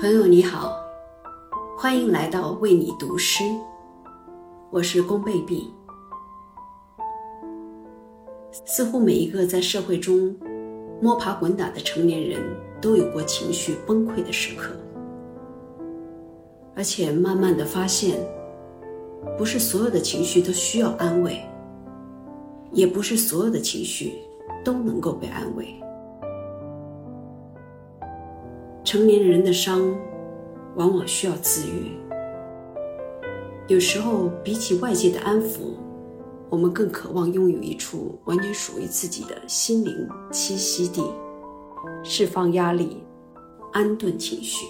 朋友你好，欢迎来到为你读诗，我是龚贝碧。似乎每一个在社会中摸爬滚打的成年人都有过情绪崩溃的时刻，而且慢慢地发现，不是所有的情绪都需要安慰，也不是所有的情绪都能够被安慰。成年人的伤往往需要自愈，有时候比起外界的安抚，我们更渴望拥有一处完全属于自己的心灵栖息地，释放压力，安顿情绪。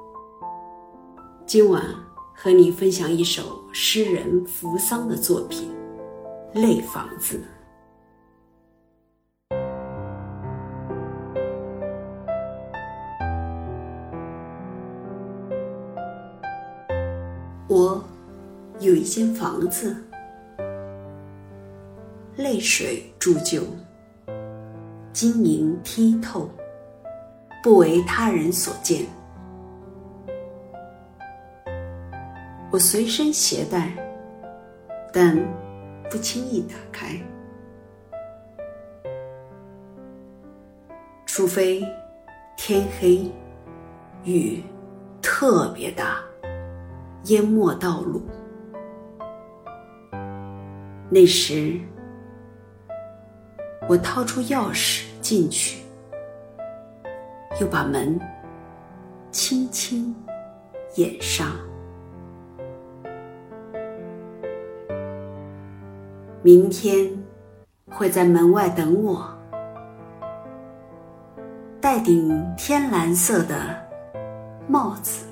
今晚和你分享一首诗人扶桑的作品《泪房子》。我有一间房子，泪水铸就，晶莹剔透，不为他人所见。我随身携带，但不轻易打开，除非天黑，雨特别大，淹没道路。那时我掏出钥匙进去，又把门轻轻掩上。明天会在门外等我，戴顶天蓝色的帽子。